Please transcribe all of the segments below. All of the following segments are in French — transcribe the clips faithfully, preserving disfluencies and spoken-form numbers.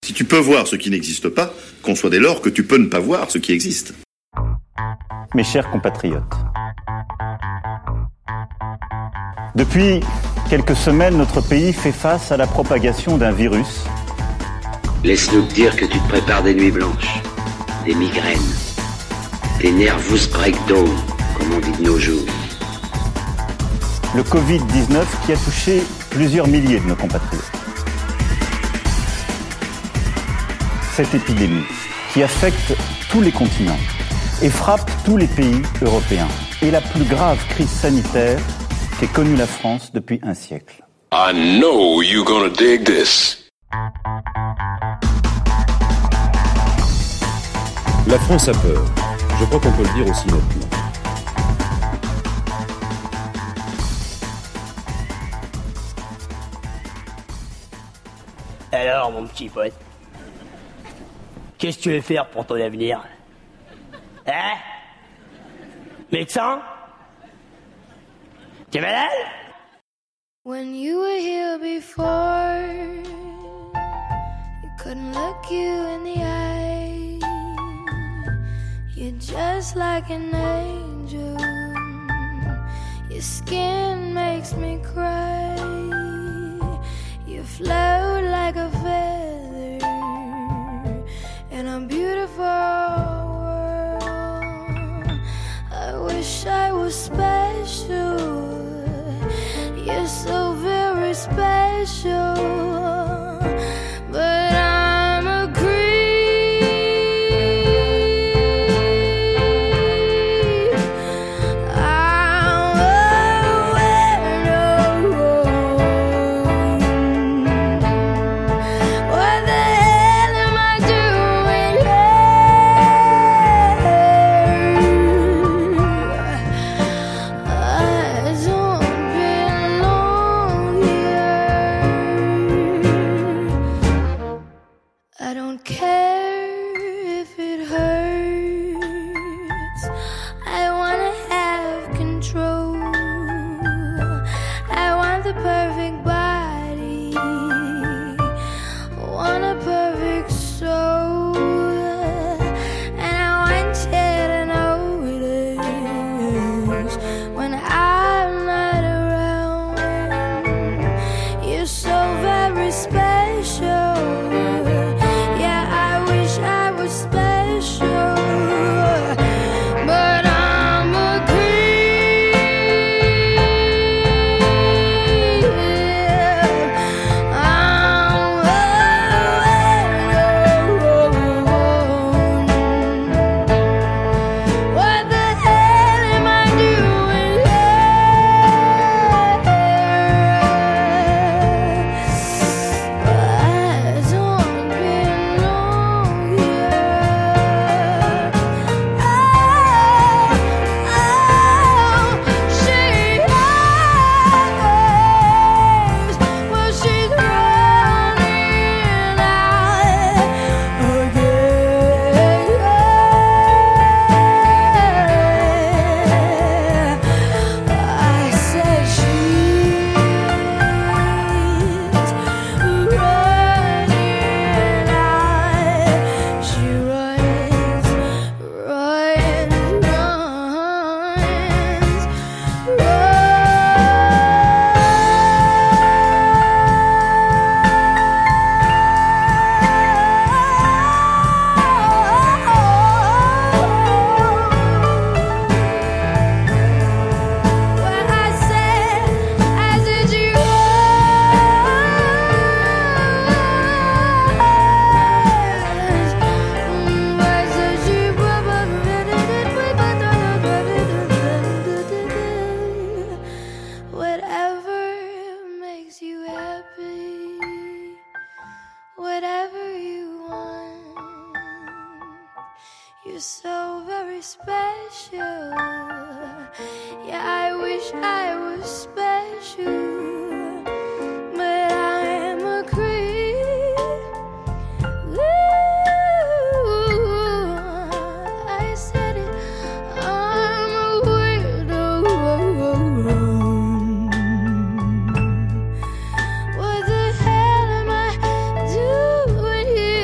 Si tu peux voir ce qui n'existe pas, conçois dès lors que tu peux ne pas voir ce qui existe. Mes chers compatriotes, depuis quelques semaines, notre pays fait face à la propagation d'un virus. Laisse-nous te dire que tu te prépares des nuits blanches, des migraines, des nervous breakdown, comme on dit de nos jours. Le covid dix-neuf qui a touché plusieurs milliers de nos compatriotes. Cette épidémie qui affecte tous les continents et frappe tous les pays européens est la plus grave crise sanitaire qu'ait connue la France depuis un siècle. I know you're gonna dig this. La France a peur. Je crois qu'on peut le dire aussi nettement. Alors, mon petit pote, qu'est-ce que tu veux faire pour ton avenir? Hein? Médecin? T'es malade? When you were here before, you couldn't look you in the eye. You're just like an angel. Your skin makes me cry. You float like a feather in a beautiful world. I wish I was special. You're so very special. But I'm a creep. I'm a weirdo. What the hell am I doing here? I don't belong here. I don't care if it hurts. I wanna have control. I want the perfect body. Want a perfect soul. And I want you to notice when I'm not around. You're so very special. Yeah, I wish I was special. But I'm a creep. I'm a weirdo. What the hell am I doing here? I don't belong here. Oh, oh, she knows. Well, she's running out again. I said she's running out. She runs, runs, runs, When I said, I said you runs. I said you whatever makes you happy, whatever you want. You're so very special. Yeah, I wish I was special. But I'm a creep. Ooh, I said it. I'm a weirdo. What the hell am I doing here?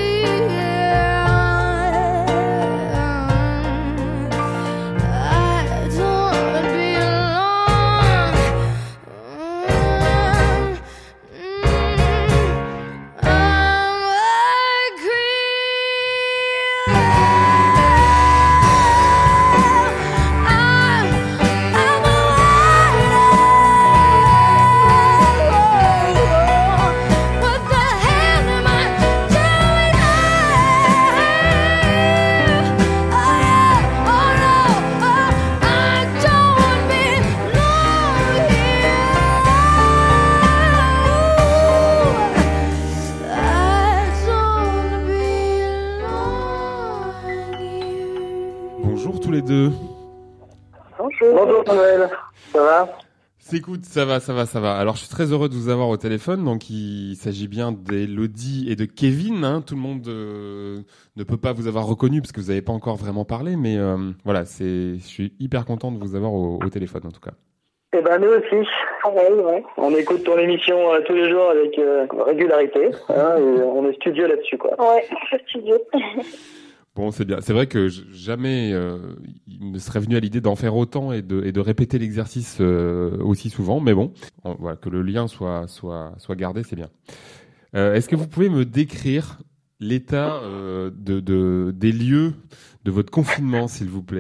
tous les deux. Bonjour. Bonjour Noël, ça va ? Écoute, ça va, ça va, ça va. Alors, je suis très heureux de vous avoir au téléphone. Donc, il s'agit bien d'Élodie et de Kevin. Hein. Tout le monde euh, ne peut pas vous avoir reconnu parce que vous n'avez pas encore vraiment parlé. Mais euh, voilà, c'est, je suis hyper content de vous avoir au, au téléphone, en tout cas. Eh ben, nous aussi. Ouais, ouais. On écoute ton émission euh, tous les jours avec euh, régularité. Hein, et on est studieux là-dessus, quoi. Ouais, studieux. Bon, c'est bien. C'est vrai que jamais euh, il ne serait venu à l'idée d'en faire autant et de, et de répéter l'exercice euh, aussi souvent. Mais bon, on, voilà, que le lien soit, soit, soit gardé, c'est bien. Euh, est-ce que vous pouvez me décrire l'état euh, de, de, des lieux de votre confinement, s'il vous plaît ?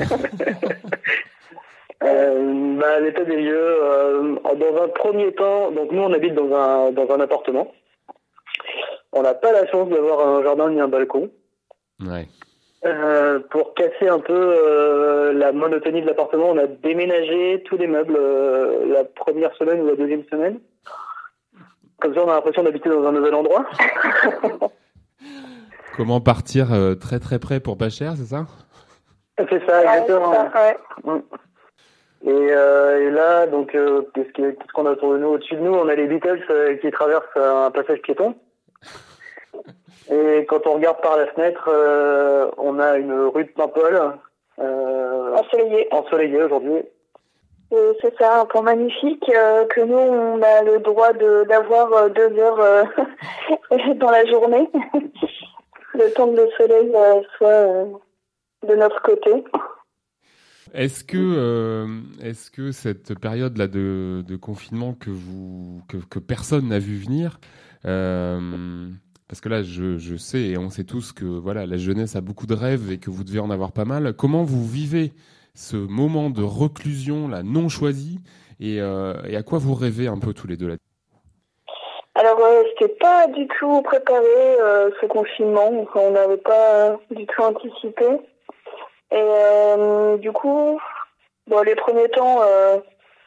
euh, bah, L'état des lieux, euh, dans un premier temps, donc nous on habite dans un, dans un appartement. On n'a pas la chance d'avoir un jardin ni un balcon. Ouais. Euh, pour casser un peu euh, la monotonie de l'appartement, on a déménagé tous les meubles euh, la première semaine ou la deuxième semaine. Comme ça, on a l'impression d'habiter dans un nouvel endroit. Comment partir euh, très très près pour pas cher, c'est ça ? C'est ça, exactement. Ouais, c'est ça, ouais. Et, euh, et là, donc, euh, qu'est-ce, que, qu'est-ce qu'on a autour de nous ? Au-dessus de nous, on a les Beatles euh, qui traversent un passage piéton. Et quand on regarde par la fenêtre, euh, on a une rue de Paimpol euh, ensoleillée. ensoleillée aujourd'hui. Et c'est ça, un point magnifique euh, que nous, on a le droit de, d'avoir euh, deux heures euh, dans la journée. Le temps que le soleil euh, soit euh, de notre côté. Est-ce que, euh, est-ce que cette période-là de, de confinement que, vous, que, que personne n'a vu venir... Euh, Parce que là, je, je sais et on sait tous que voilà, la jeunesse a beaucoup de rêves et que vous devez en avoir pas mal. Comment vous vivez ce moment de reclusion là, non choisi et, euh, et à quoi vous rêvez un peu tous les deux là ? Alors, euh, c'était pas du tout préparé euh, ce confinement. Enfin, on n'avait pas euh, du tout anticipé. Et euh, du coup, bon, les premiers temps, euh,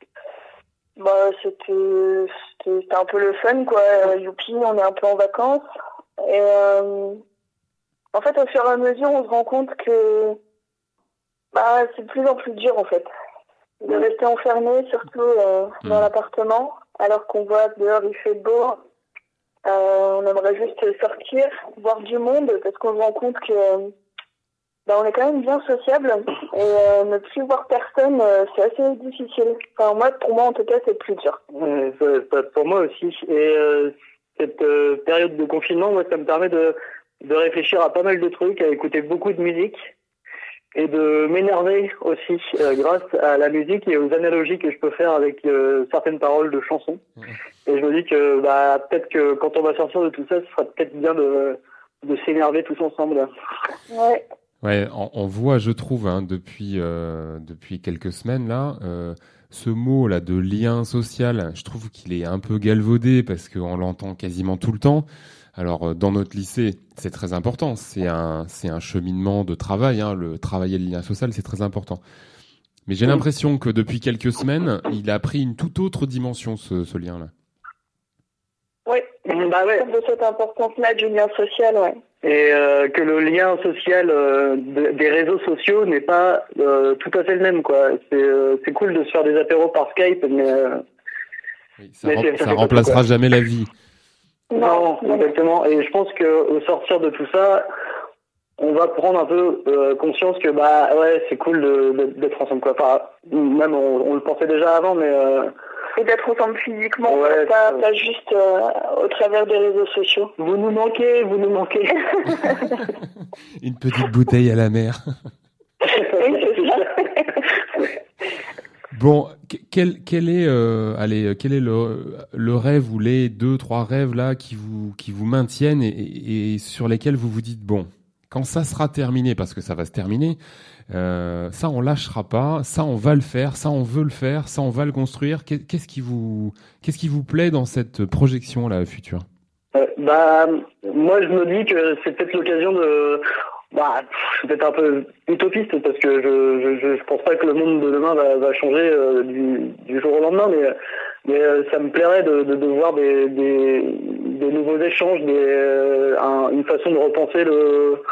bah, c'était, c'était, c'était un peu le fun, quoi. Euh, youpi, on est un peu en vacances. Et euh, en fait, au fur et à mesure, on se rend compte que bah, c'est de plus en plus dur, en fait, de rester enfermé, surtout euh, dans mmh. l'appartement, alors qu'on voit dehors, il fait beau. Euh, on aimerait juste sortir, voir du monde, parce qu'on se rend compte que bah, on est quand même bien sociable. Et euh, ne plus voir personne, euh, c'est assez difficile. Enfin, moi, pour moi, en tout cas, c'est plus dur. Ouais, pour moi aussi. Et euh, cette euh, période de confinement, moi, ça me permet de, de réfléchir à pas mal de trucs, à écouter beaucoup de musique et de m'énerver aussi euh, grâce à la musique et aux analogies que je peux faire avec euh, certaines paroles de chansons. Mmh. Et je me dis que bah, peut-être que quand on va sortir de tout ça, ce sera peut-être bien de, de s'énerver tous ensemble. Ouais. Ouais, on, on voit, je trouve, hein, depuis euh, depuis quelques semaines là, euh, ce mot là de lien social, je trouve qu'il est un peu galvaudé parce qu'on l'entend quasiment tout le temps. Alors dans notre lycée, c'est très important, c'est un c'est un cheminement de travail, hein, le travailler le lien social, c'est très important. Mais j'ai l'impression que depuis quelques semaines, il a pris une toute autre dimension ce, ce lien là. Oui, bah ouais. De cette importance-là du lien social, ouais. Et euh, que le lien social euh, de, des réseaux sociaux n'est pas euh, tout à fait le même, quoi. C'est, euh, c'est cool de se faire des apéros par Skype, mais, euh, oui, ça, mais rem- ça, ça remplacera tout, jamais la vie. Non, non, exactement. Et je pense que au sortir de tout ça, on va prendre un peu euh, conscience que bah ouais, c'est cool de, de, d'être ensemble, quoi. Enfin, même on, on le pensait déjà avant, mais euh, et d'être ensemble physiquement, ouais, pas, pas juste euh, au travers des réseaux sociaux. Vous nous manquez, vous nous manquez. Une petite bouteille à la mer. Oui, c'est ça. Bon, quel, quel est, euh, allez, quel est le, le rêve ou les deux, trois rêves là qui vous, qui vous maintiennent et, et, et sur lesquels vous vous dites bon, quand ça sera terminé, parce que ça va se terminer, euh, ça on lâchera pas, ça on va le faire, ça on veut le faire, ça on va le construire. Qu'est-ce qui vous, qu'est-ce qui vous plaît dans cette projection là future ? euh, Bah, moi je me dis que c'est peut-être l'occasion de, bah, je suis peut-être un peu utopiste parce que je, je, je pense pas que le monde de demain va, va changer euh, du, du jour au lendemain, mais mais euh, ça me plairait de, de, de voir des, des, des nouveaux échanges, des, euh, un, une façon de repenser le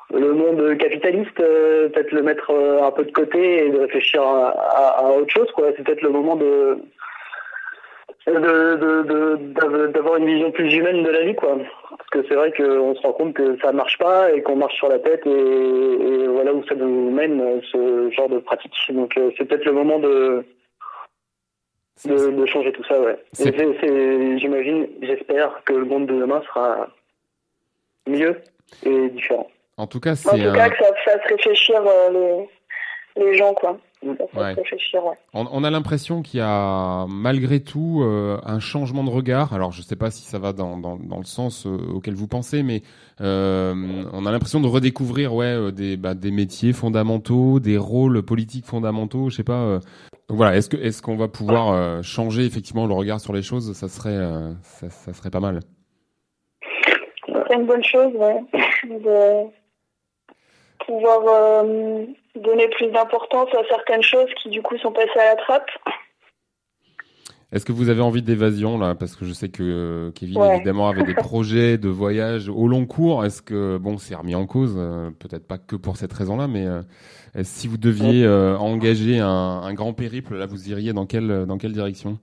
le monde capitaliste, euh, peut-être le mettre euh, un peu de côté et de réfléchir à, à, à autre chose, quoi. C'est peut-être le moment de, de, de, de, d'avoir une vision plus humaine de la vie, quoi. Parce que c'est vrai qu'on se rend compte que ça marche pas et qu'on marche sur la tête et, et voilà où ça nous mène, ce genre de pratique. Donc euh, c'est peut-être le moment de, de, de changer tout ça, ouais. C'est... Et c'est, c'est, j'imagine, j'espère que le monde de demain sera mieux et différent. En tout cas, c'est En tout un... cas, que ça fasse réfléchir euh, les, les gens, quoi. Ça fasse Ouais. réfléchir, ouais. On, on a l'impression qu'il y a malgré tout euh, un changement de regard. Alors, je ne sais pas si ça va dans, dans, dans le sens euh, auquel vous pensez, mais euh, on a l'impression de redécouvrir ouais, euh, des, bah, des métiers fondamentaux, des rôles politiques fondamentaux. Je sais pas. Euh... Donc voilà, est-ce que est-ce qu'on va pouvoir euh, changer effectivement le regard sur les choses? Ça serait euh, ça, ça serait pas mal. C'est une bonne chose, ouais. De pouvoir euh, donner plus d'importance à certaines choses qui du coup sont passées à la trappe. Est-ce que vous avez envie d'évasion là? Parce que je sais que Kevin ouais. évidemment avait des projets de voyage au long cours. Est-ce que bon, c'est remis en cause, euh, peut-être pas que pour cette raison-là, mais euh, si vous deviez euh, engager un, un grand périple, là, vous iriez dans quelle dans quelle direction?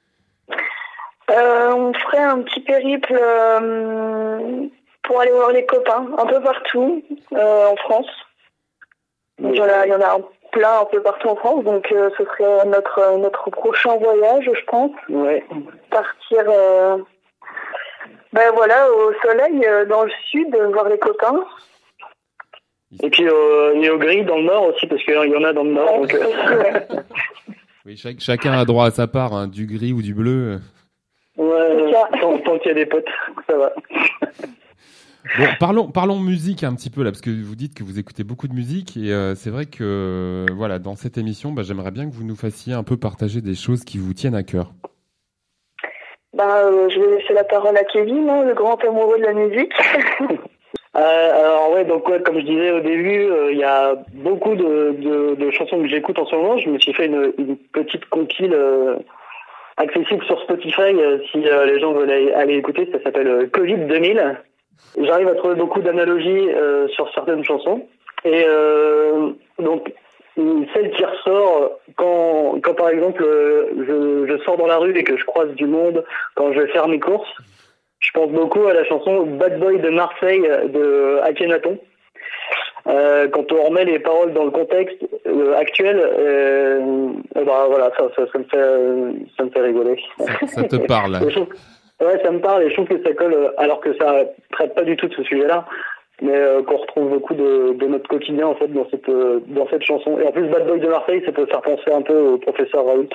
Euh, on ferait un petit périple euh, pour aller voir les copains un peu partout euh, en France. Il y en a, il y en a plein un peu partout en France, donc euh, ce serait notre notre prochain voyage, je pense. Ouais. Partir, euh, ben voilà, au soleil euh, dans le sud, voir les copains. Et puis euh, et au gris dans le nord aussi, parce qu'il y en a dans le nord. Ouais, donc, euh... aussi, ouais. Oui, chaque, chacun a droit à sa part, hein, du gris ou du bleu. Ouais, tant, tant qu'il y a des potes, ça va. Bon, parlons, parlons musique un petit peu là, parce que vous dites que vous écoutez beaucoup de musique et euh, c'est vrai que voilà, dans cette émission, bah, j'aimerais bien que vous nous fassiez un peu partager des choses qui vous tiennent à cœur. Bah, euh, je vais laisser la parole à Kevin, hein, le grand amoureux de la musique. euh, alors ouais, donc ouais, comme je disais au début, il euh, y a beaucoup de, de, de chansons que j'écoute en ce moment. Je me suis fait une, une petite compile euh, accessible sur Spotify euh, si euh, les gens veulent aller, aller écouter. Ça s'appelle euh, Covid deux mille. J'arrive à trouver beaucoup d'analogies euh, sur certaines chansons. Et euh, donc, celle qui ressort quand, quand par exemple, euh, je, je sors dans la rue et que je croise du monde, quand je vais faire mes courses, je pense beaucoup à la chanson Bad Boy de Marseille de Akhenaton. Euh, quand on remet les paroles dans le contexte euh, actuel, euh, euh, bah, voilà, ça, ça, ça, me fait, euh, ça me fait rigoler. Ça, ça te parle. Ouais, ça me parle et je trouve que ça colle, alors que ça traite pas du tout de ce sujet-là, mais euh, qu'on retrouve beaucoup de, de notre quotidien en fait dans cette euh, dans cette chanson. Et en plus, Bad Boy de Marseille, ça peut faire penser un peu au professeur Raoult.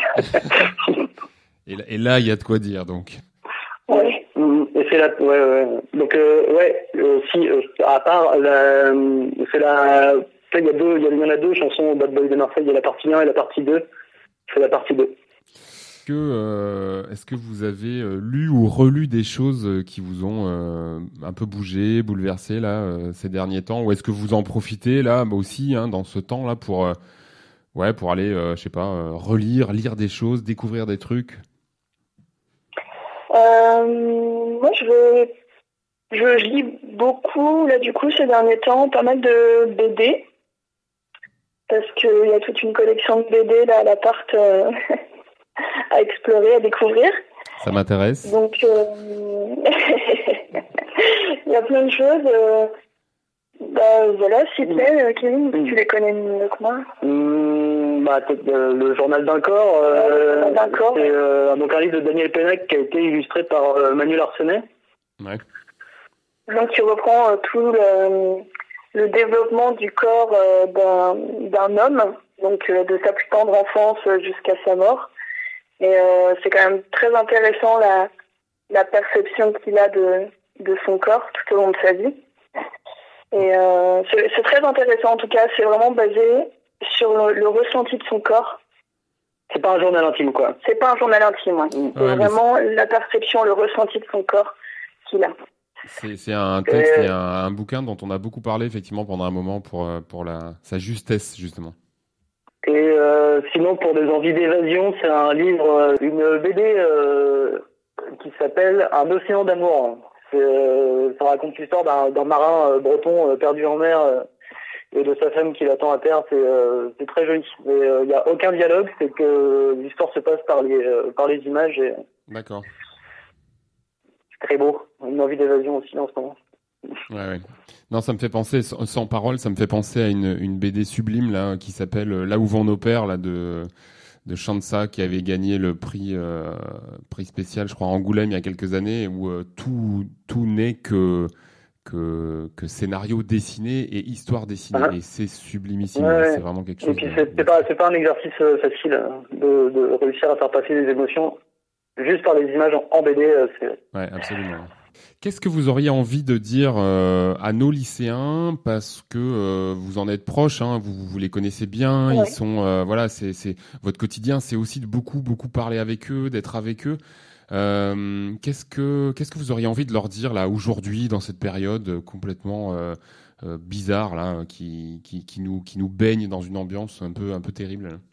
et, et là, il y a de quoi dire donc. Ouais. Et c'est la, ouais, ouais. Donc euh, ouais, aussi euh, à part la, c'est la, il y a deux, il y, y en a deux chansons Bad Boy de Marseille, il y a la partie un et la partie deux. C'est la partie deux. Que, euh, est-ce que vous avez euh, lu ou relu des choses euh, qui vous ont euh, un peu bougé, bouleversé là euh, ces derniers temps, ou est-ce que vous en profitez là bah, aussi hein, dans ce temps là pour euh, ouais pour aller euh, je sais pas euh, relire, lire des choses, découvrir des trucs? Euh, moi je vais je, je lis beaucoup là du coup ces derniers temps, pas mal de B D parce que il y a toute une collection de B D là à l'appart. Euh... à explorer, à découvrir. Ça m'intéresse. Donc, euh... il y a plein de choses. Euh... Bah, voilà, s'il te plaît, Kevin, mmh. tu les connais mieux que moi. Mmh, bah, euh, le journal d'un corps. Euh, ouais, d'un corps. C'est euh, donc un livre de Daniel Pénac qui a été illustré par euh, Manuel Arsenet. Ouais. Donc, tu reprends euh, tout le, le développement du corps euh, d'un, d'un homme, donc euh, de sa plus tendre enfance jusqu'à sa mort. Et euh, c'est quand même très intéressant la, la perception qu'il a de, de son corps tout au long de sa vie. Et euh, c'est, c'est très intéressant en tout cas, c'est vraiment basé sur le, le ressenti de son corps. C'est pas un journal intime quoi. C'est pas un journal intime, ouais. Ouais, c'est vraiment c'est... la perception, le ressenti de son corps qu'il a. C'est, c'est un texte euh... et un, un bouquin dont on a beaucoup parlé effectivement pendant un moment pour, pour la, sa justesse justement. Et euh, sinon, pour des envies d'évasion, c'est un livre, une B D euh, qui s'appelle Un océan d'amour. C'est, euh, ça raconte l'histoire d'un, d'un marin euh, breton euh, perdu en mer euh, et de sa femme qui l'attend à terre. C'est, euh, c'est très joli. Mais il euh, n'y a aucun dialogue, c'est que l'histoire se passe par les, euh, par les images. Et D'accord. c'est très beau. Une envie d'évasion aussi en ce moment. Ouais, ouais. Non, ça me fait penser, sans, sans parole, ça me fait penser à une, une B D sublime là qui s'appelle Là où vont nos pères là de de Shansa, qui avait gagné le prix euh, prix spécial, je crois, à Angoulême il y a quelques années, où euh, tout tout n'est que que que scénario dessiné et histoire dessinée, Ah. et c'est sublimissime. Ouais, ouais. C'est vraiment quelque Et chose. puis de- c'est, c'est pas c'est pas un exercice euh, facile hein, de, de réussir à faire passer des émotions juste par les images en, en B D. euh, c'est... Ouais, absolument. Qu'est-ce que vous auriez envie de dire euh, à nos lycéens, parce que euh, vous en êtes proches, hein, vous, vous les connaissez bien, Ouais. ils sont euh, voilà, c'est c'est votre quotidien, c'est aussi de beaucoup beaucoup parler avec eux, d'être avec eux. Euh, qu'est-ce que qu'est-ce que vous auriez envie de leur dire là aujourd'hui, dans cette période euh, complètement euh, euh, bizarre là, qui, qui qui nous qui nous baigne dans une ambiance un peu un peu terrible là.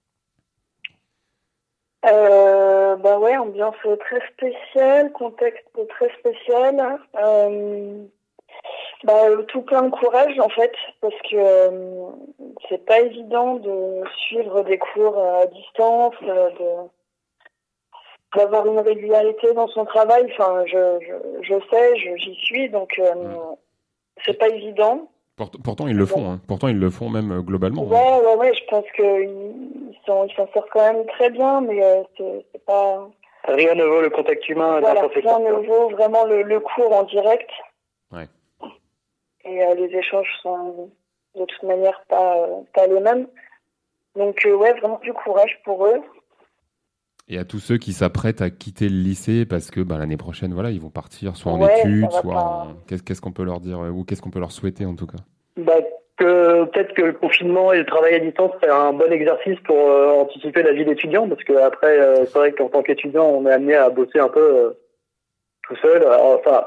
Euh, bah ouais, ambiance très spéciale, contexte très spécial. Euh, bah, tout plein de courage en fait, parce que euh, c'est pas évident de suivre des cours à distance, euh, de, d'avoir une régularité dans son travail. Enfin, je, je, je sais, je, j'y suis, donc euh, c'est pas évident. Pourtant, pourtant ils le font, hein. Pourtant ils le font même euh, globalement. hein. Ouais, ouais, ouais, je pense qu'ils ils sont, ils s'en sortent quand même très bien, mais euh, c'est, c'est pas... Rien ne vaut le contact humain d'un Voilà, professeur. rien ne vaut vraiment le, le cours en direct. Ouais. Et euh, les échanges sont de toute manière pas, euh, pas les mêmes. Donc euh, ouais, vraiment du courage pour eux. Et à tous ceux qui s'apprêtent à quitter le lycée parce que bah, l'année prochaine, voilà, ils vont partir soit en Ouais, études, ça va soit pas. en... Qu'est-ce, qu'est-ce qu'on peut leur dire, euh, ou qu'est-ce qu'on peut leur souhaiter en tout cas. Bah, que, peut-être que le confinement et le travail à distance c'est un bon exercice pour euh, anticiper la vie d'étudiant, parce que après euh, c'est vrai qu'en tant qu'étudiant on est amené à bosser un peu euh, tout seul. Alors, enfin,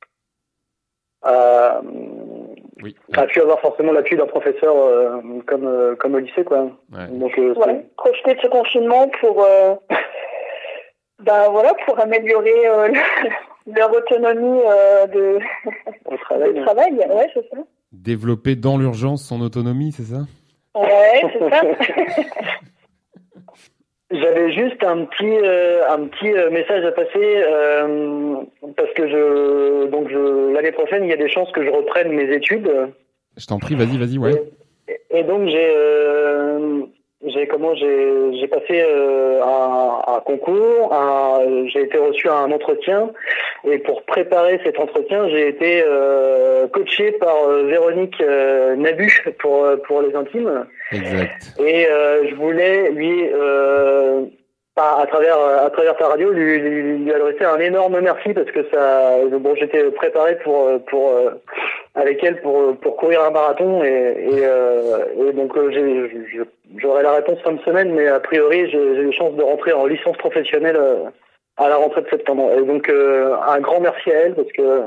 à, Oui. à pu avoir forcément l'appui d'un professeur euh, comme euh, comme au lycée quoi. Ouais. Donc euh, Ouais, profiter de ce confinement pour, euh, bah voilà, pour améliorer euh, leur autonomie euh, de, c'est au travail. de travail. Ouais, c'est ça. Développer dans l'urgence son autonomie, c'est ça? Ouais, c'est ça. J'avais juste un petit euh, un petit euh, message à passer euh, parce que je donc je l'année prochaine il y a des chances que je reprenne mes études Je t'en prie, vas-y, vas-y, ouais. et, et donc j'ai euh, j'ai comment j'ai j'ai passé euh, un, un concours, un, j'ai été reçu à un entretien et pour préparer cet entretien j'ai été euh, coaché par euh, Véronique euh, Nabu pour pour les intimes. Exact. Et euh, je voulais lui, euh, à, à travers à travers ta radio, lui, lui, lui adresser un énorme merci parce que ça, bon, j'étais préparé pour pour euh, avec elle pour pour courir un marathon et et, euh, et donc euh, j'ai, je, j'aurai la réponse fin de semaine, mais a priori j'ai, j'ai des chances de rentrer en licence professionnelle euh, à la rentrée de septembre. Et donc euh, un grand merci à elle parce que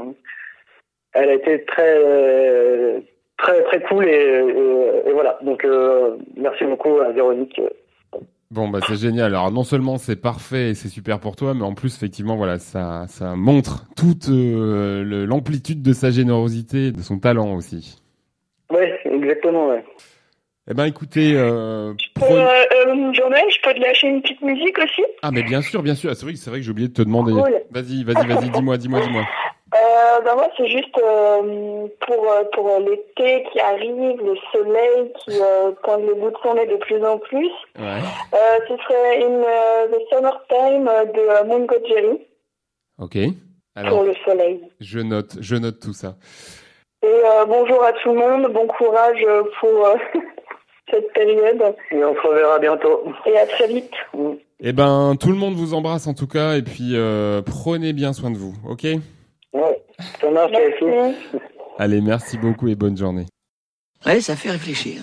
elle a été très euh, très très cool et, et, et voilà. Donc euh, merci beaucoup à Véronique. Bon, bah c'est génial. Alors non seulement c'est parfait et c'est super pour toi, mais en plus effectivement voilà, ça ça montre toute euh, le- l'amplitude de sa générosité, de son talent aussi. Ouais, exactement. Ouais. Eh ben écoutez, euh, Euh, prenez- euh, Jean-Noël, je peux te lâcher une petite musique aussi? ah mais bien sûr, bien sûr. Ah, c'est vrai, que- c'est vrai que j'ai oublié de te demander. Cool. Vas-y, vas-y, vas-y, dis-moi, dis-moi, dis-moi. Euh, ben moi, c'est juste euh, pour euh, pour l'été qui arrive, le soleil qui euh, pointe le bout de son nez de plus en plus. Ouais. Euh, ce serait une euh, The Summertime de euh, Mungo Jerry Ok. pour Alors, le soleil. je note, je note tout ça. Et euh, bonjour à tout le monde, bon courage euh, pour euh, cette période Et on se reverra bientôt. et à très vite. Eh ben, tout le monde vous embrasse en tout cas, et puis euh, prenez bien soin de vous, ok? Ouais. Ça marche aussi. Merci. Allez, merci beaucoup et bonne journée. Ouais, ça fait réfléchir.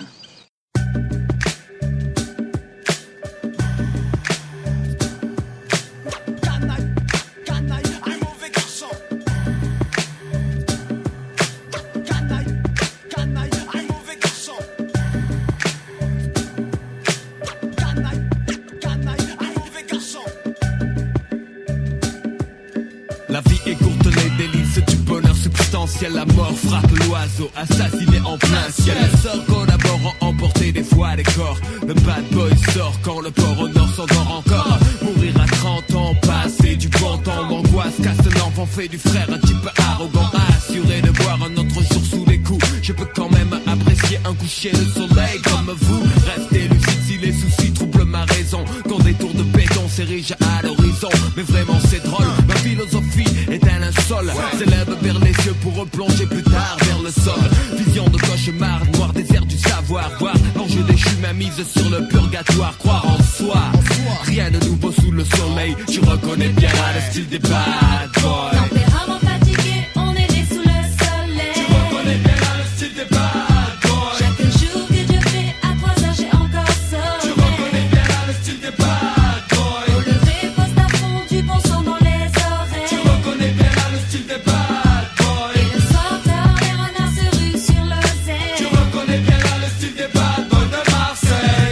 La vie est courte, les délices ciel, la mort frappe l'oiseau, assassiné en plein ciel. Les sœurs collaborant, emporter des fois les corps. Le bad boy sort quand le port au nord s'endort encore. Mourir à trente ans, passer du bon temps. L'angoisse casse l'enfant, fait du frère un type arrogant. Assuré de voir un autre jour sous les coups. Je peux quand même apprécier un coucher de soleil comme vous. Restez lucide si les soucis troublent ma raison. Quand des tours de béton s'érigent à l'horizon. Mais vraiment c'est drôle, ma philosophie est-elle un sol? S'élève vers les cieux pour replonger plus tard vers le sol. Vision de cauchemar, noir désert du savoir. Voir l'enjeu déchu, ma mise sur le purgatoire. Croire en soi, rien de nouveau sous le soleil. Tu reconnais bien le style des bad boys. Tempérament fatigué, on est né sous le soleil. Tu reconnais bien le style des bad boys. Chaque jour que Dieu fait, à trois heures j'ai encore sommeil. Tu reconnais bien le style des bad boys. Au lever, poste à fond, du bon son dans les oreilles. Tu reconnais bien le style des bad boys. Et le soir tard, les renards se ruent sur l'oseille. Tu reconnais bien le style des bad boys de Marseille.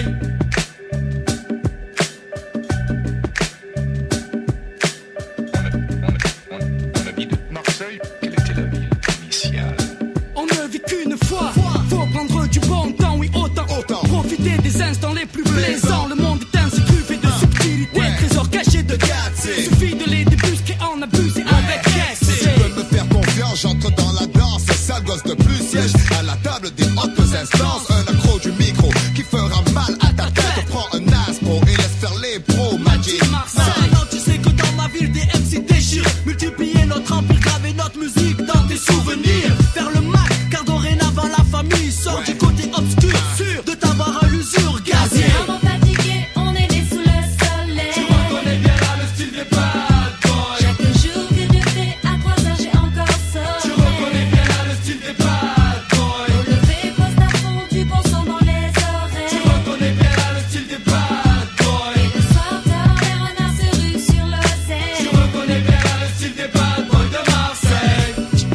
On habite Marseille. Quelle était la ville initiale? On ne vit qu'une fois. Faut prendre du bon temps, oui autant, autant. Profiter des instants les plus plaisants. Le monde est ainsi truffé de subtilité, trésors cachés de gâteaux. Suffit de les débusquer, en abuser avec Si excès. tu peux me faire confiance, j'entre dans la danse. Sale gosse de plus siège à la table des hautes instances. Un accro du micro qui fera mal à ta tête. Prends un aspro et laisse faire les pros. Magic Maintenant tu sais que dans ma ville des M C déchirent. Multiplier notre empire, graver notre musique dans tes souvenirs. Faire le mal, car dorénavant la famille sort du côté obscur. Sûr de t'avoir à l'usure gazier. Tempérament fatigué, on est né sous le soleil. Tu reconnais bien là le style des bad boys. Chaque jour que Dieu fait, à trois heures j'ai encore sommeil. Tu reconnais bien là le style des bad boys. Au lever, poste à fond, du bon son dans les oreilles. Tu reconnais bien là le style des bad boys. Et le soir tard, les renards se ruent sur l'oseille. Tu reconnais bien là le style des bad boys de Marseille.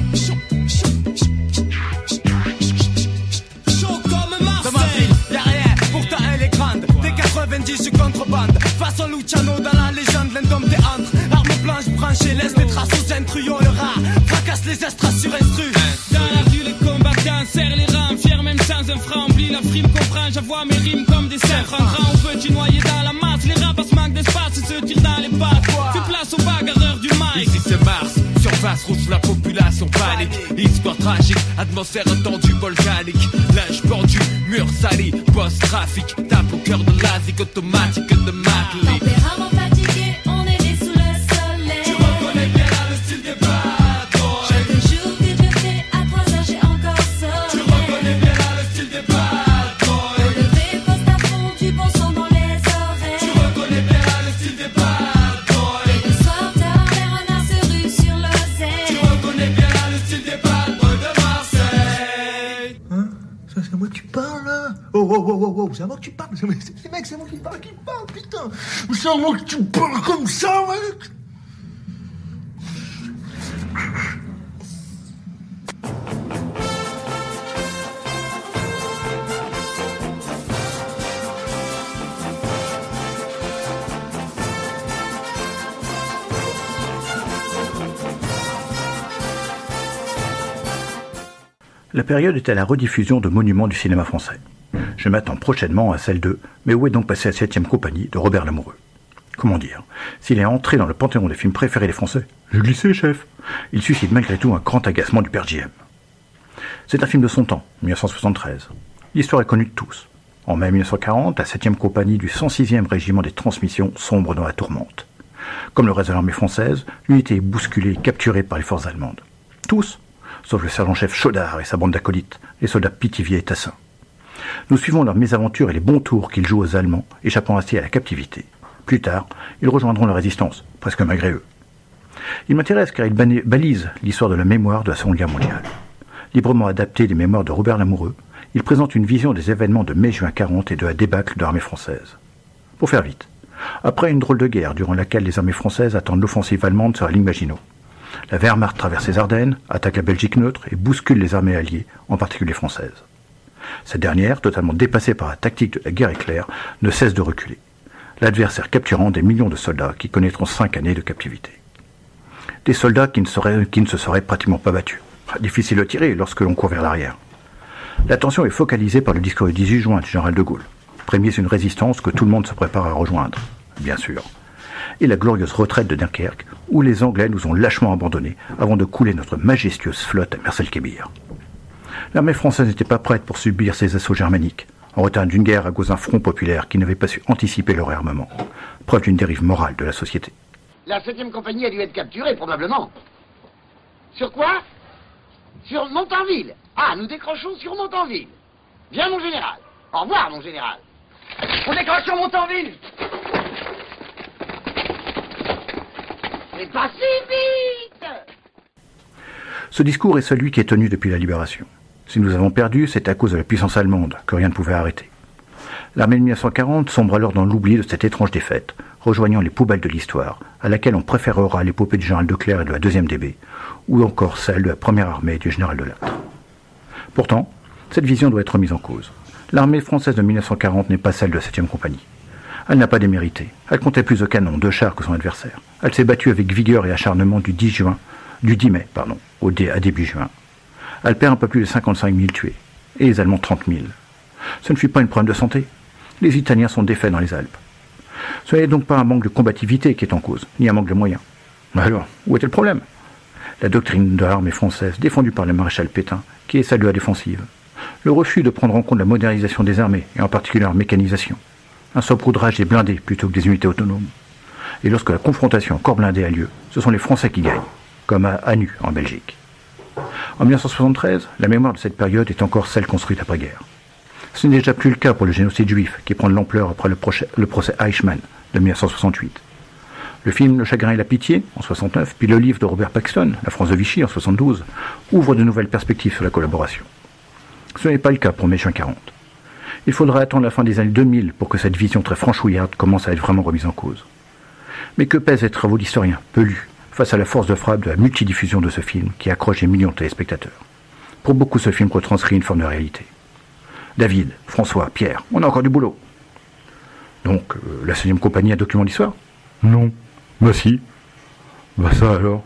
Chaud comme Marseille. Dans ma ville, y'a rien, pourtant elle est grande. Des quatre-vingt-dix je contrebande. Façon Luciano dans la légende, l'indomptéantre. Arme blanche branchée, laisse des traces aux intrus. Le rat fracasse les estras sur instru. Dans la rue, les combattants serrent les rangs. Fiers même sans un franc, oublie la frime, comprends. J'avoue mes rimes comme des cerfs en grand. On veut tu noyer dans la masse. Les rapaces manquent d'espace et se tirent dans les pattes. Fais place aux bagarreurs du mic. Ici c'est Mars, surface rouge, la population panique. Histoire tragique, atmosphère tendue volcanique. Linge pendu, mur sali, post-trafic. Tape au cœur de l'asique automatique de Macley. Tempérament fatigué, on est né sous le soleil. Tu reconnais bien là le style des bad boys. Chaque jour que Dieu fait, à trois heures j'ai encore Tu sommeil. reconnais bien là le style des bad Au boys. lever, poste à fond, du bon son dans les Tu oreilles. reconnais bien là le style des bad boys. Et le soir tard, les renards se ruent sur Tu l'oseille. reconnais bien là le style des bad boys de Marseille. Hein? Ça, c'est à moi que tu parles, là? Oh, oh, oh, oh, oh, c'est à moi que tu parles. C'est, c'est, mec, c'est moi qui parle, qui parle, putain. C'est à moi que tu parles comme ça, mec. La période est à la rediffusion de monuments du cinéma français. Je m'attends prochainement à celle de « Mais où est donc passée la septième compagnie » de Robert Lamoureux. Comment dire? S'il est entré dans le panthéon des films préférés des Français, j'ai glissé, chef. Il suscite malgré tout un grand agacement du père J M. C'est un film de son temps, dix-neuf cent soixante-treize. L'histoire est connue de tous. En mai mille neuf cent quarante, la septième compagnie du cent sixième régiment des transmissions sombre dans la tourmente. Comme le reste de l'armée française, l'unité est bousculée et capturée par les forces allemandes. Tous, sauf le sergent-chef Chaudard et sa bande d'acolytes, les soldats Pithiviers et Tassin. Nous suivons leurs mésaventures et les bons tours qu'ils jouent aux Allemands, échappant ainsi à la captivité. Plus tard, ils rejoindront la résistance, presque malgré eux. Ils m'intéressent car ils balisent l'histoire de la mémoire de la Seconde Guerre mondiale. Librement adapté des mémoires de Robert Lamoureux, ils présentent une vision des événements de mai-juin quarante et de la débâcle de l'armée française. Pour faire vite, après une drôle de guerre durant laquelle les armées françaises attendent l'offensive allemande sur la ligne Maginot, la Wehrmacht traverse les Ardennes, attaque la Belgique neutre et bouscule les armées alliées, en particulier françaises. Cette dernière, totalement dépassée par la tactique de la guerre éclair, ne cesse de reculer, l'adversaire capturant des millions de soldats qui connaîtront cinq années de captivité. Des soldats qui ne, seraient, qui ne se seraient pratiquement pas battus. Difficile de tirer lorsque l'on court vers l'arrière. L'attention est focalisée par le discours du dix-huit juin du général de Gaulle. Prémisse une résistance que tout le monde se prépare à rejoindre, bien sûr. Et la glorieuse retraite de Dunkerque, où les Anglais nous ont lâchement abandonnés avant de couler notre majestueuse flotte à Mersa-el-Kébir. L'armée française n'était pas prête pour subir ces assauts germaniques, en retard d'une guerre à cause d'un front populaire qui n'avait pas su anticiper leur réarmement. Preuve d'une dérive morale de la société. La septième compagnie a dû être capturée, probablement. Sur quoi? Sur Montanville. Ah, nous décrochons sur Montanville. Viens, mon général. Au revoir, mon général. On décroche sur Montanville. C'est pas si vite. Ce discours est celui qui est tenu depuis la Libération. Si nous avons perdu, c'est à cause de la puissance allemande que rien ne pouvait arrêter. L'armée de mille neuf cent quarante sombre alors dans l'oubli de cette étrange défaite, rejoignant les poubelles de l'histoire, à laquelle on préférera l'épopée du général Leclerc et de la deuxième D B, ou encore celle de la première armée du général de Lattre. Pourtant, cette vision doit être mise en cause. L'armée française de mille neuf cent quarante n'est pas celle de la septième compagnie. Elle n'a pas démérité. Elle comptait plus de canons, de chars que son adversaire. Elle s'est battue avec vigueur et acharnement du dix juin, du dix mai, pardon, au dé, à début juin. Elle perd un peu plus de cinquante-cinq mille tués, et les Allemands trente mille. Ce ne fut pas une problème de santé. Les Italiens sont défaits dans les Alpes. Ce n'est donc pas un manque de combativité qui est en cause, ni un manque de moyens. Mais alors, où était le problème? La doctrine de l'armée française, défendue par le maréchal Pétain, qui est celle de la défensive. Le refus de prendre en compte la modernisation des armées, et en particulier leur mécanisation. Un saupoudrage des blindés plutôt que des unités autonomes. Et lorsque la confrontation corps blindé a lieu, ce sont les Français qui gagnent, comme à Anu, en Belgique. En mille neuf cent soixante-treize, la mémoire de cette période est encore celle construite après-guerre. Ce n'est déjà plus le cas pour le génocide juif, qui prend de l'ampleur après le procès, le procès Eichmann de mille neuf cent soixante-huit. Le film Le chagrin et la pitié, en soixante-neuf, puis le livre de Robert Paxton, La France de Vichy, en soixante-douze, ouvrent de nouvelles perspectives sur la collaboration. Ce n'est pas le cas pour mai juin quarante. Il faudra attendre la fin des années deux mille pour que cette vision très franchouillarde commence à être vraiment remise en cause. Mais que pèsent les travaux d'historiens, peu lus, face à la force de frappe de la multidiffusion de ce film qui accroche des millions de téléspectateurs. Pour beaucoup, ce film retranscrit une forme de réalité. David, François, Pierre, on a encore du boulot. Donc, euh, la septième compagnie a document d'histoire? Non. Bah si. Bah ça alors.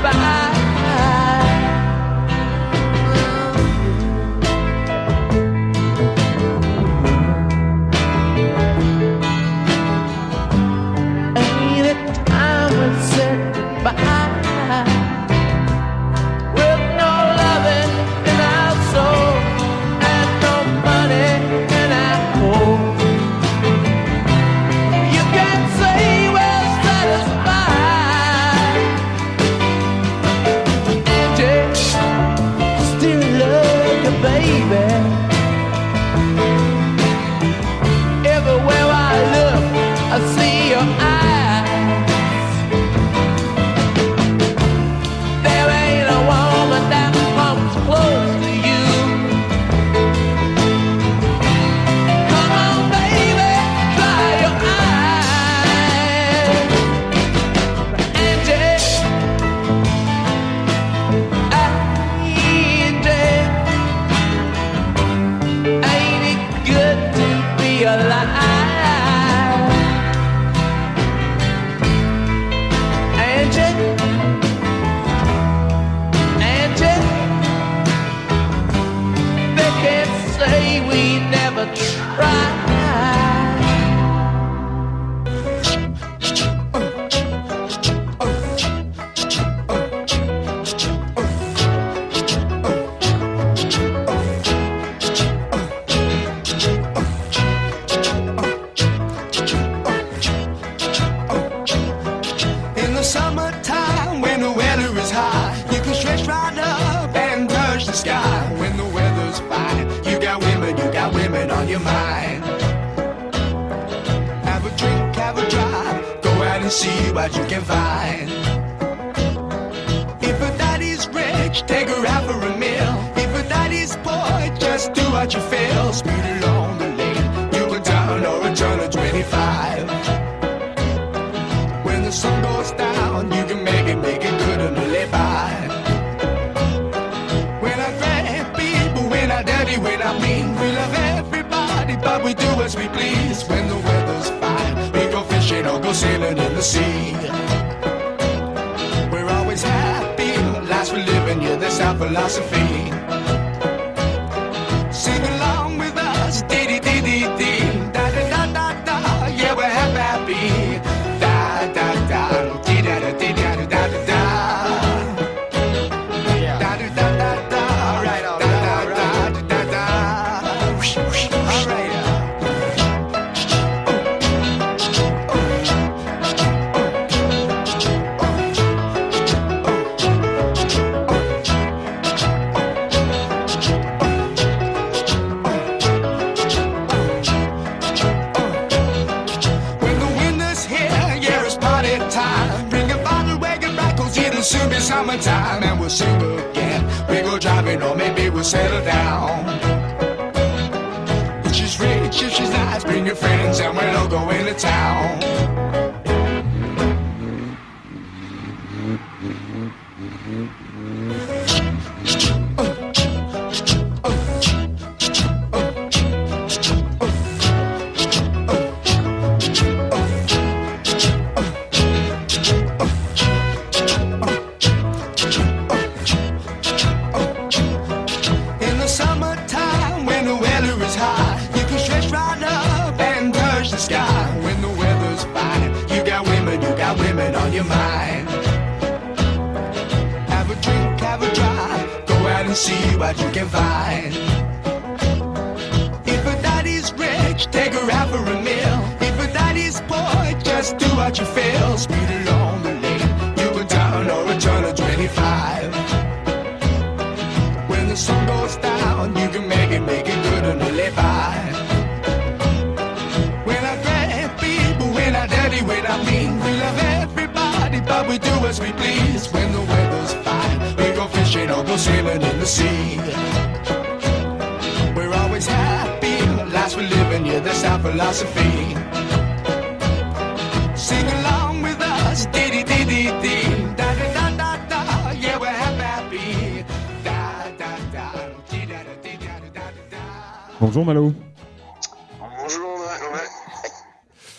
Bonjour Malo. Bonjour, ouais, ouais.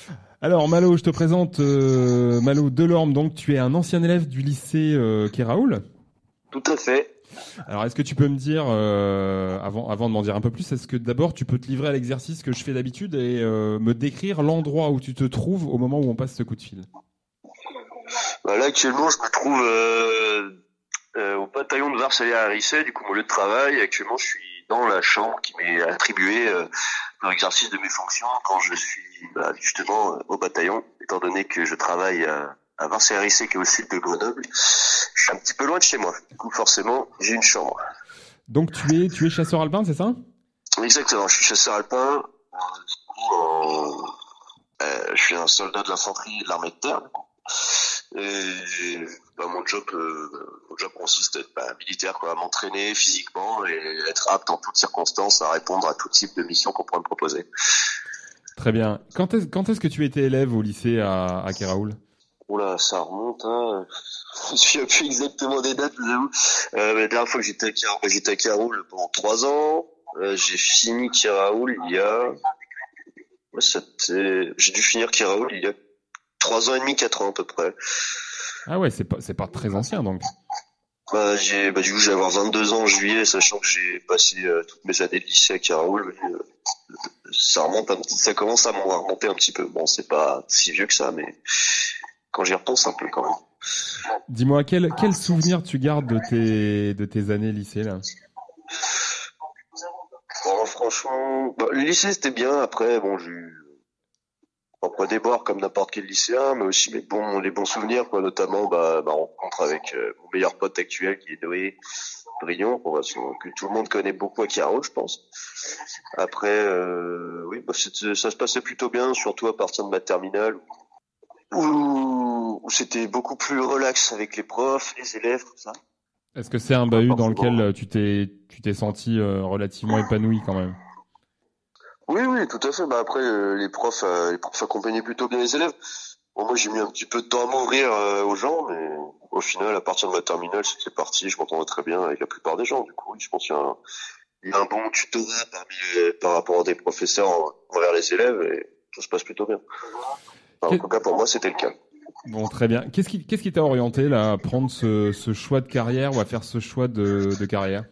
Alors Malo, je te présente euh, Malo Delorme, donc tu es un ancien élève du lycée euh, Quai Raoul. Tout à fait. Alors est-ce que tu peux me dire, euh, avant, avant de m'en dire un peu plus, est-ce que d'abord tu peux te livrer à l'exercice que je fais d'habitude et euh, me décrire l'endroit où tu te trouves au moment où on passe ce coup de fil? Bah là actuellement je me trouve euh, euh, au bataillon de Varcelay à Risset, du coup mon lieu de travail. Actuellement je suis dans la chambre qui m'est attribuée euh, pour l'exercice de mes fonctions quand je suis bah, justement euh, au bataillon, étant donné que je travaille à, à Varcelay-Risset qui est au sud de Grenoble. Je suis un petit peu loin de chez moi, du coup forcément j'ai une chambre. Donc tu es tu es chasseur alpin, c'est ça? Exactement, je suis chasseur alpin. Euh, du coup, euh, euh, je suis un soldat de l'infanterie et de l'armée de terre. Du coup. Et bah, mon job, euh, mon job consiste à être bah, militaire, quoi, à m'entraîner physiquement et être apte en toutes circonstances à répondre à tout type de mission qu'on pourrait me proposer. Très bien. Quand est-ce, quand est-ce que tu étais élève au lycée à, à Quai Raoul? Oula, ça remonte, hein. Je me souviens plus exactement des dates, je vous avoue. Euh, la dernière fois que j'étais à Quai Raoul, j'étais à Quai Raoul pendant trois ans. Euh, j'ai fini Quai Raoul il y a, ouais, c'était... j'ai dû finir Quai Raoul il y a trois ans et demi, quatre ans à peu près. Ah ouais, c'est pas, c'est pas très ancien donc. Bah, j'ai, bah, du coup, je vais avoir vingt-deux ans en juillet, sachant que j'ai passé euh, toutes mes années de lycée à Quai Raoul. Euh, ça remonte un petit, ça commence à m'en remonter un petit peu. Bon, c'est pas si vieux que ça, mais quand j'y repense un peu quand même. Dis-moi, quel, quel souvenir tu gardes de tes, de tes années lycée, là? Bon, franchement, bah, le lycée c'était bien. Après, bon, j'ai eu pas des bords comme n'importe quel lycéen, mais aussi mes bons, les bons souvenirs, quoi, notamment bah, ma rencontre avec euh, mon meilleur pote actuel qui est Noé Brion, qu'on va, que tout le monde connaît beaucoup à Quai Raoul, je pense. Après, euh, oui, bah, ça se passait plutôt bien, surtout à partir de ma terminale, où, où c'était beaucoup plus relax avec les profs, les élèves, tout ça. Est-ce que c'est un bahut dans lequel tu t'es, tu t'es senti euh, relativement épanoui quand même? Oui, oui, tout à fait. Bah après, euh, les profs, euh, les profs accompagnaient plutôt bien les élèves. Bon, moi, j'ai mis un petit peu de temps à m'ouvrir euh, aux gens, mais au final, à partir de ma terminale, c'était parti. Je m'entendais très bien avec la plupart des gens. Du coup, oui, je pense qu'il y a un, il y a un bon tutorat parmi les, par rapport à des professeurs envers les élèves, et ça se passe plutôt bien. Enfin, en tout cas, pour moi, c'était le cas. Bon, très bien. Qu'est-ce qui, qu'est-ce qui t'a orienté là à prendre ce, ce choix de carrière ou à faire ce choix de, de carrière?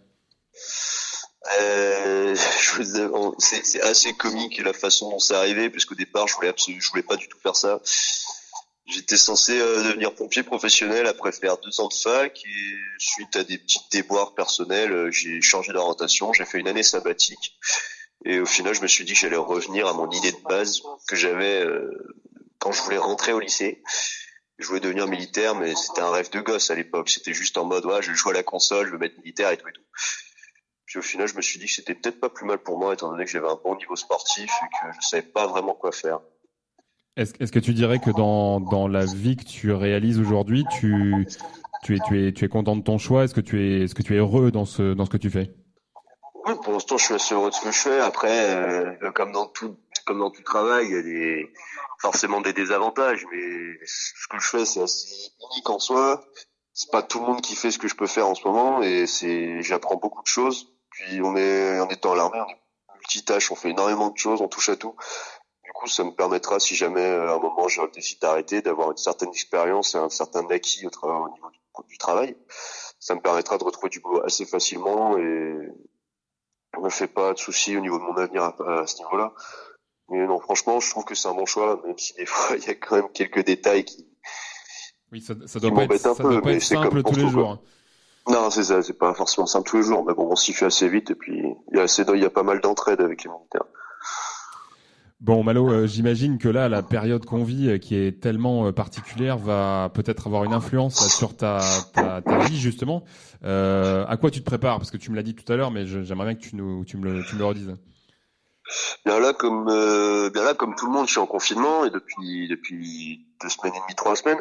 Euh, je vous, c'est, c'est assez comique la façon dont c'est arrivé, puisqu'au départ je voulais absolument, je voulais pas du tout faire ça. J'étais censé euh, devenir pompier professionnel après faire deux ans de fac, et suite à des petites déboires personnels, euh, j'ai changé d'orientation, j'ai fait une année sabbatique, et au final je me suis dit que j'allais revenir à mon idée de base que j'avais euh, quand je voulais rentrer au lycée. Je voulais devenir militaire, mais c'était un rêve de gosse à l'époque. C'était juste en mode ouais, je vais jouer à la console, je veux mettre militaire et tout et tout. Puis au final, je me suis dit que c'était peut-être pas plus mal pour moi, étant donné que j'avais un bon niveau sportif et que je savais pas vraiment quoi faire. Est-ce, est-ce que tu dirais que dans, dans la vie que tu réalises aujourd'hui, tu, tu es, tu es, tu es content de ton choix? Est-ce que tu es, est-ce que tu es heureux dans ce, dans ce que tu fais? Oui, pour l'instant, je suis assez heureux de ce que je fais. Après, euh, comme dans tout, comme dans tout travail, il y a des, forcément des désavantages, mais ce que je fais, c'est assez unique en soi. C'est pas tout le monde qui fait ce que je peux faire en ce moment, et c'est, j'apprends beaucoup de choses. Puis on est, en étant à l'armée, on est multitâche, on fait énormément de choses, on touche à tout. Du coup, ça me permettra, si jamais à un moment je décide d'arrêter, d'avoir une certaine expérience et un certain acquis au, tra- au niveau du, du travail. Ça me permettra de retrouver du boulot assez facilement, et je me fais pas de soucis au niveau de mon avenir à, à ce niveau-là. Mais non, franchement, je trouve que c'est un bon choix, même si des fois il y a quand même quelques détails qui, oui, ça, ça doit pas être, ça peu, doit pas être simple tous les jours. Quoi. Non, c'est ça, c'est pas forcément simple tous les jours, mais bon, on s'y fait assez vite, et puis il y a assez, il y a pas mal d'entraide avec les militaires. Bon, Malo, euh, j'imagine que là, la période qu'on vit, euh, qui est tellement euh, particulière, va peut-être avoir une influence là, sur ta, ta, ta vie, justement. Euh, à quoi tu te prépares? Parce que tu me l'as dit tout à l'heure, mais je, j'aimerais bien que tu nous, tu me le, tu me le redises. Bien là, comme, euh, bien là, comme tout le monde, je suis en confinement, et depuis, depuis deux semaines et demie, trois semaines.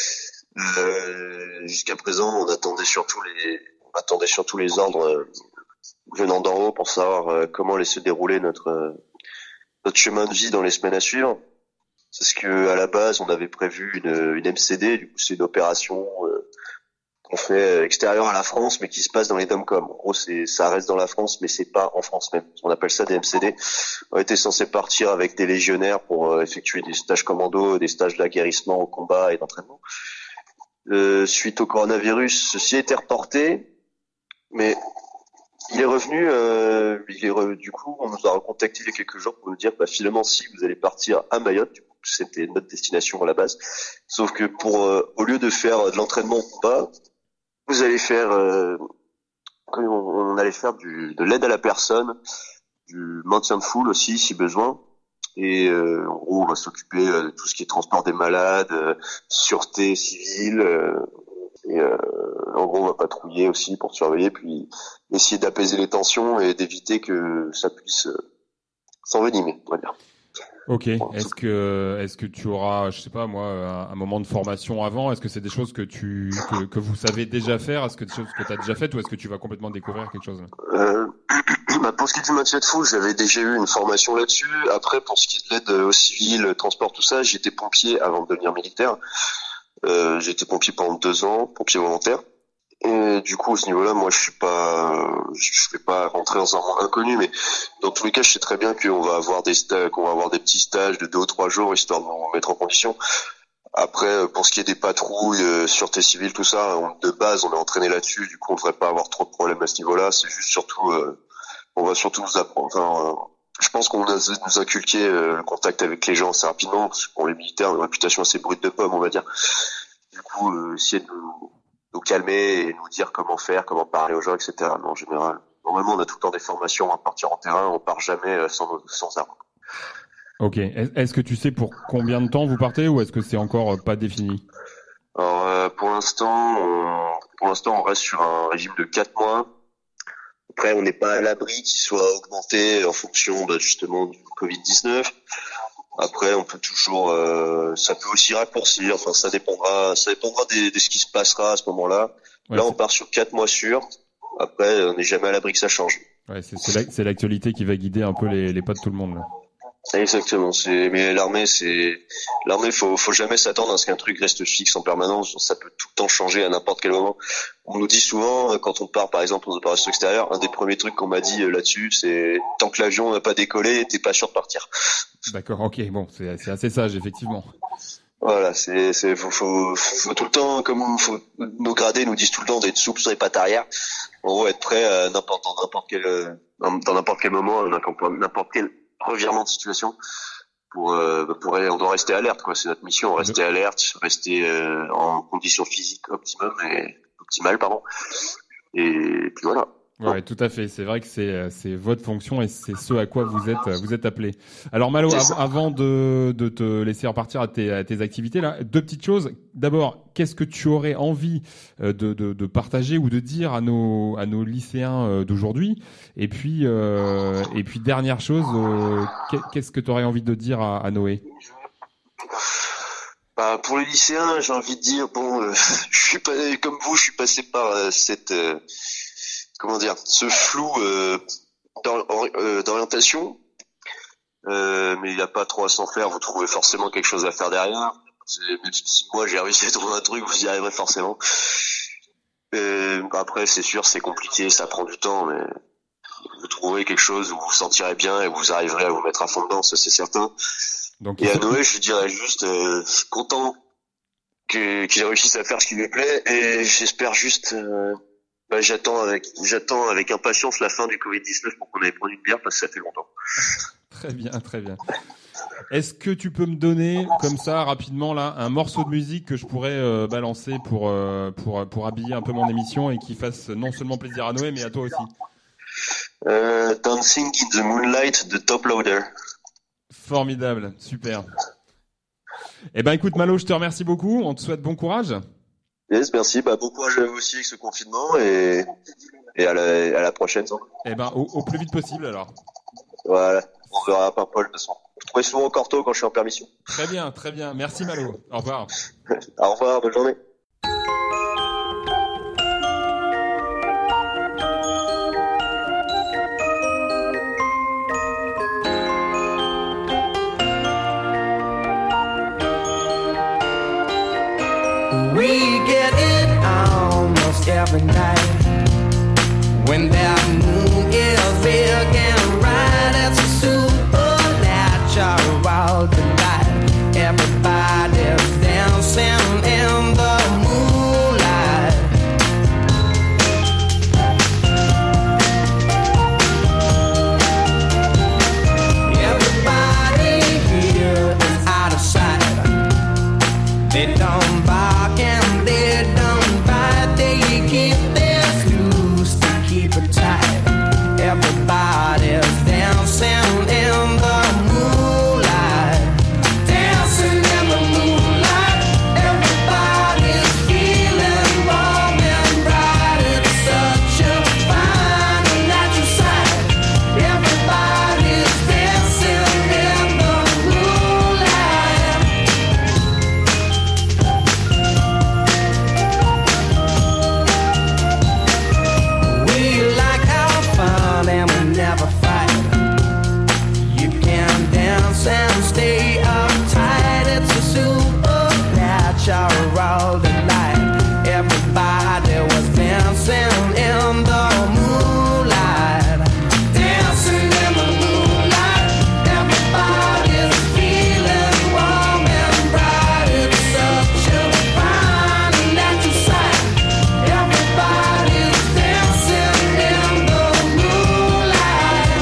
Euh, jusqu'à présent, on attendait surtout les, on attendait surtout les ordres euh, venant d'en haut pour savoir euh, comment allait se dérouler notre euh, notre chemin de vie dans les semaines à suivre. Parce que à la base, on avait prévu une, une M C D, du coup c'est une opération euh, on fait extérieur à la France, mais qui se passe dans les dom-com. En gros, c'est, ça reste dans la France, mais c'est pas en France même. On appelle ça des M C D. On était censé partir avec des légionnaires pour euh, effectuer des stages commando, des stages d'aguerrissement au combat et d'entraînement. Euh, suite au coronavirus, ceci a été reporté, mais il est revenu, euh, il est re... du coup, on nous a recontacté il y a quelques jours pour nous dire, bah, finalement, si vous allez partir à Mayotte, du coup, c'était notre destination à la base. Sauf que pour, euh, au lieu de faire de l'entraînement au combat, vous allez faire, euh, on, on allait faire du, de l'aide à la personne, du maintien de foule aussi, si besoin. Et euh, en gros, on va s'occuper euh, de tout ce qui est transport des malades, euh, sûreté civile. Euh, et euh, en gros, on va patrouiller aussi pour surveiller, puis essayer d'apaiser les tensions et d'éviter que ça puisse euh, s'envenimer, on va dire. Ok. Est-ce que est-ce que tu auras, je sais pas moi, un, un moment de formation avant? Est-ce que c'est des choses que tu que, que vous savez déjà faire? Est-ce que des choses que tu as déjà faites ou est-ce que tu vas complètement découvrir quelque chose? euh, bah Pour ce qui est du maintien de foule, j'avais déjà eu une formation là-dessus. Après, pour ce qui est de l'aide aux civils, transport, tout ça, j'étais pompier avant de devenir militaire. Euh, j'ai été pompier pendant deux ans, pompier volontaire. Et du coup, à ce niveau-là, moi, je suis pas, je vais pas rentrer dans un monde inconnu, mais dans tous les cas, je sais très bien qu'on va avoir des stages, qu'on va avoir des petits stages de deux ou trois jours, histoire de nous mettre en condition. Après, pour ce qui est des patrouilles, euh, sûreté civile, tout ça, on, de base, on est entraîné là-dessus. Du coup, on devrait pas avoir trop de problèmes à ce niveau-là. C'est juste surtout, euh, on va surtout nous apprendre. Enfin, euh, je pense qu'on a nous inculqué euh, le contact avec les gens assez rapidement, parce que pour les militaires, on a une réputation assez brute de pomme, on va dire. Du coup, euh, essayer de nous nous calmer et nous dire comment faire, comment parler aux gens, et cetera. Mais en général, normalement, on a tout le temps des formations à partir en terrain, on part jamais sans, sans armes. Ok. Est-ce que tu sais pour combien de temps vous partez ou est-ce que c'est encore pas défini? Alors, euh, pour l'instant, on, pour l'instant, on reste sur un régime de quatre mois. Après, on n'est pas à l'abri qu'il soit augmenté en fonction, bah, justement, du covid dix-neuf. Après, on peut toujours, euh, ça peut aussi raccourcir. Enfin, ça dépendra, ça dépendra de, de ce qui se passera à ce moment-là. Ouais, là, on part sur quatre mois sûrs. Après, on n'est jamais à l'abri que ça change. Ouais, c'est, c'est, la, c'est l'actualité qui va guider un peu les, les pas de tout le monde, là. Exactement. C'est, mais l'armée, c'est, l'armée, faut, faut jamais s'attendre à ce qu'un truc reste fixe en permanence. Ça peut tout le temps changer à n'importe quel moment. On nous dit souvent, quand on part, par exemple, en opération extérieure, un des premiers trucs qu'on m'a dit là-dessus, c'est tant que l'avion n'a pas décollé, t'es pas sûr de partir. D'accord. Ok. Bon, c'est, c'est assez sage, effectivement. Voilà, c'est, c'est, faut, faut, faut tout le temps, comme faut, nos gradés nous disent tout le temps d'être souple sur les pattes arrière. En gros, être prêt à n'importe, dans n'importe quel, dans n'importe quel moment, n'importe quel revirement de situation. Pour, euh, pour, on doit rester alerte, quoi. C'est notre mission, rester alerte, rester euh, en conditions physiques optimum et optimales, pardon. Et puis voilà. Ouais, tout à fait. C'est vrai que c'est c'est votre fonction et c'est ce à quoi vous êtes vous êtes appelé. Alors Malo, av- avant de de te laisser repartir à tes à tes activités là, deux petites choses. D'abord, qu'est-ce que tu aurais envie de de de partager ou de dire à nos à nos lycéens d'aujourd'hui? Et puis euh, et puis dernière chose, euh, qu'est-ce que tu aurais envie de dire à, à Noé? Bah, pour les lycéens, j'ai envie de dire bon, euh, je suis pas comme vous, je suis passé par euh, cette euh, comment dire, ce flou euh, d'orientation, euh, mais il n'y a pas trop à s'en faire, vous trouvez forcément quelque chose à faire derrière. Même si moi j'ai réussi à trouver un truc, vous y arriverez forcément. Euh, après, c'est sûr, c'est compliqué, ça prend du temps, mais vous trouverez quelque chose où vous vous sentirez bien et vous arriverez à vous mettre à fond dedans, ça c'est certain. Donc, et à Noé, je dirais juste euh, content que, qu'il réussisse à faire ce qui lui plaît et j'espère juste... Euh, Bah, j'attends avec, j'attends avec impatience la fin du covid dix-neuf pour qu'on aille prendre une bière parce que ça fait longtemps. Très bien, très bien. Est-ce que tu peux me donner, comme ça, rapidement, là, un morceau de musique que je pourrais euh, balancer pour, euh, pour, pour habiller un peu mon émission et qui fasse non seulement plaisir à Noé, mais à toi aussi? euh, Dancing in the Moonlight de Top Loader. Formidable, super. Eh ben, écoute, Malo, je te remercie beaucoup. On te souhaite bon courage. Yes, merci. Bah, bon courage à vous aussi avec ce confinement et, et à, la, à la prochaine. Eh ben, au, au plus vite possible, alors. Voilà. On verra à Paimpol, de toute façon. Je trouvais souvent au Corto quand je suis en permission. Très bien, très bien. Merci, Malo. Au revoir. Au revoir, bonne journée. We get it on the every night. When that moon is big and bright, it's a supernatural delight. Everybody's dancing in the moonlight. Everybody here is out of sight. They don't bark and they don't bite. They keep their screws to keep it tight. Everybody's dancing in the moonlight. Dancing in the moonlight. Everybody's feeling warm and bright. It's such a fine and natural sight. Everybody's dancing in the moonlight. We like our fun and we never fight. You can dance and stay uptight. It's a supernatural delight. Everybody was dancing in the moonlight. Dancing in the moonlight. Everybody's feeling warm and bright. It's such a fine and natural sight. Everybody's dancing in the moonlight.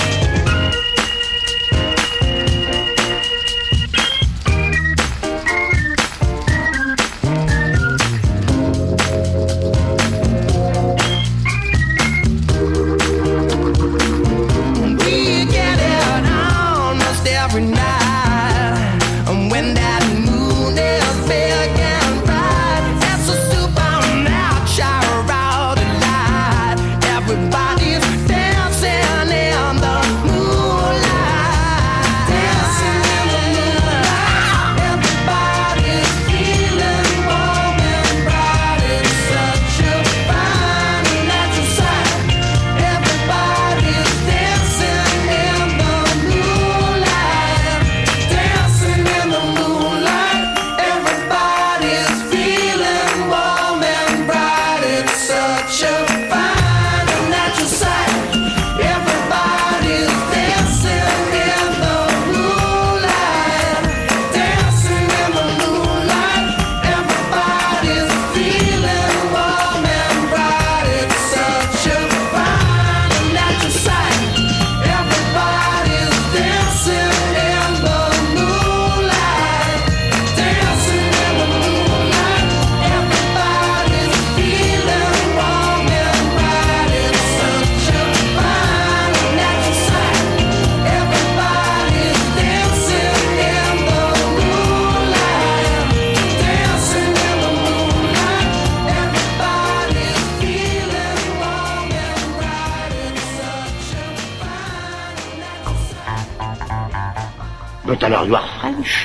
We get it almost every night. And when that moon is big and bright, it's a supernatural delight. Everybody's dancing in the moonlight. Dancing in the moonlight. Everybody's feeling warm and bright. It's such a fine and natural sight. Everybody's dancing in the moonlight. Dancing in the moonlight. Everybody's feeling warm and bright. It's such a fine and natural sight. Everybody's dancing in the moonlight. Dancing in the moonlight. Everybody's feeling warm and bright. It's such a fine and natural sight. Everybody's dancing in the moonlight. Dancing in the moonlight. Everybody's feeling warm and bright. It's such a fine and natural sight. Everybody's dancing in the moonlight. Dancing in the moonlight. Everybody's feeling warm and bright. It's such a fine and natural sight. But alors you are French.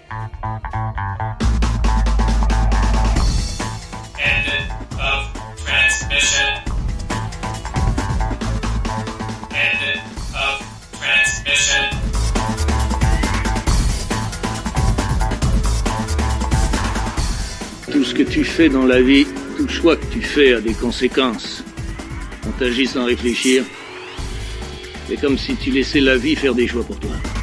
End of transmission. End of transmission. Tout ce que tu fais dans la vie, tout choix que tu fais a des conséquences. On t'agit sans réfléchir. C'est comme si tu laissais la vie faire des choix pour toi.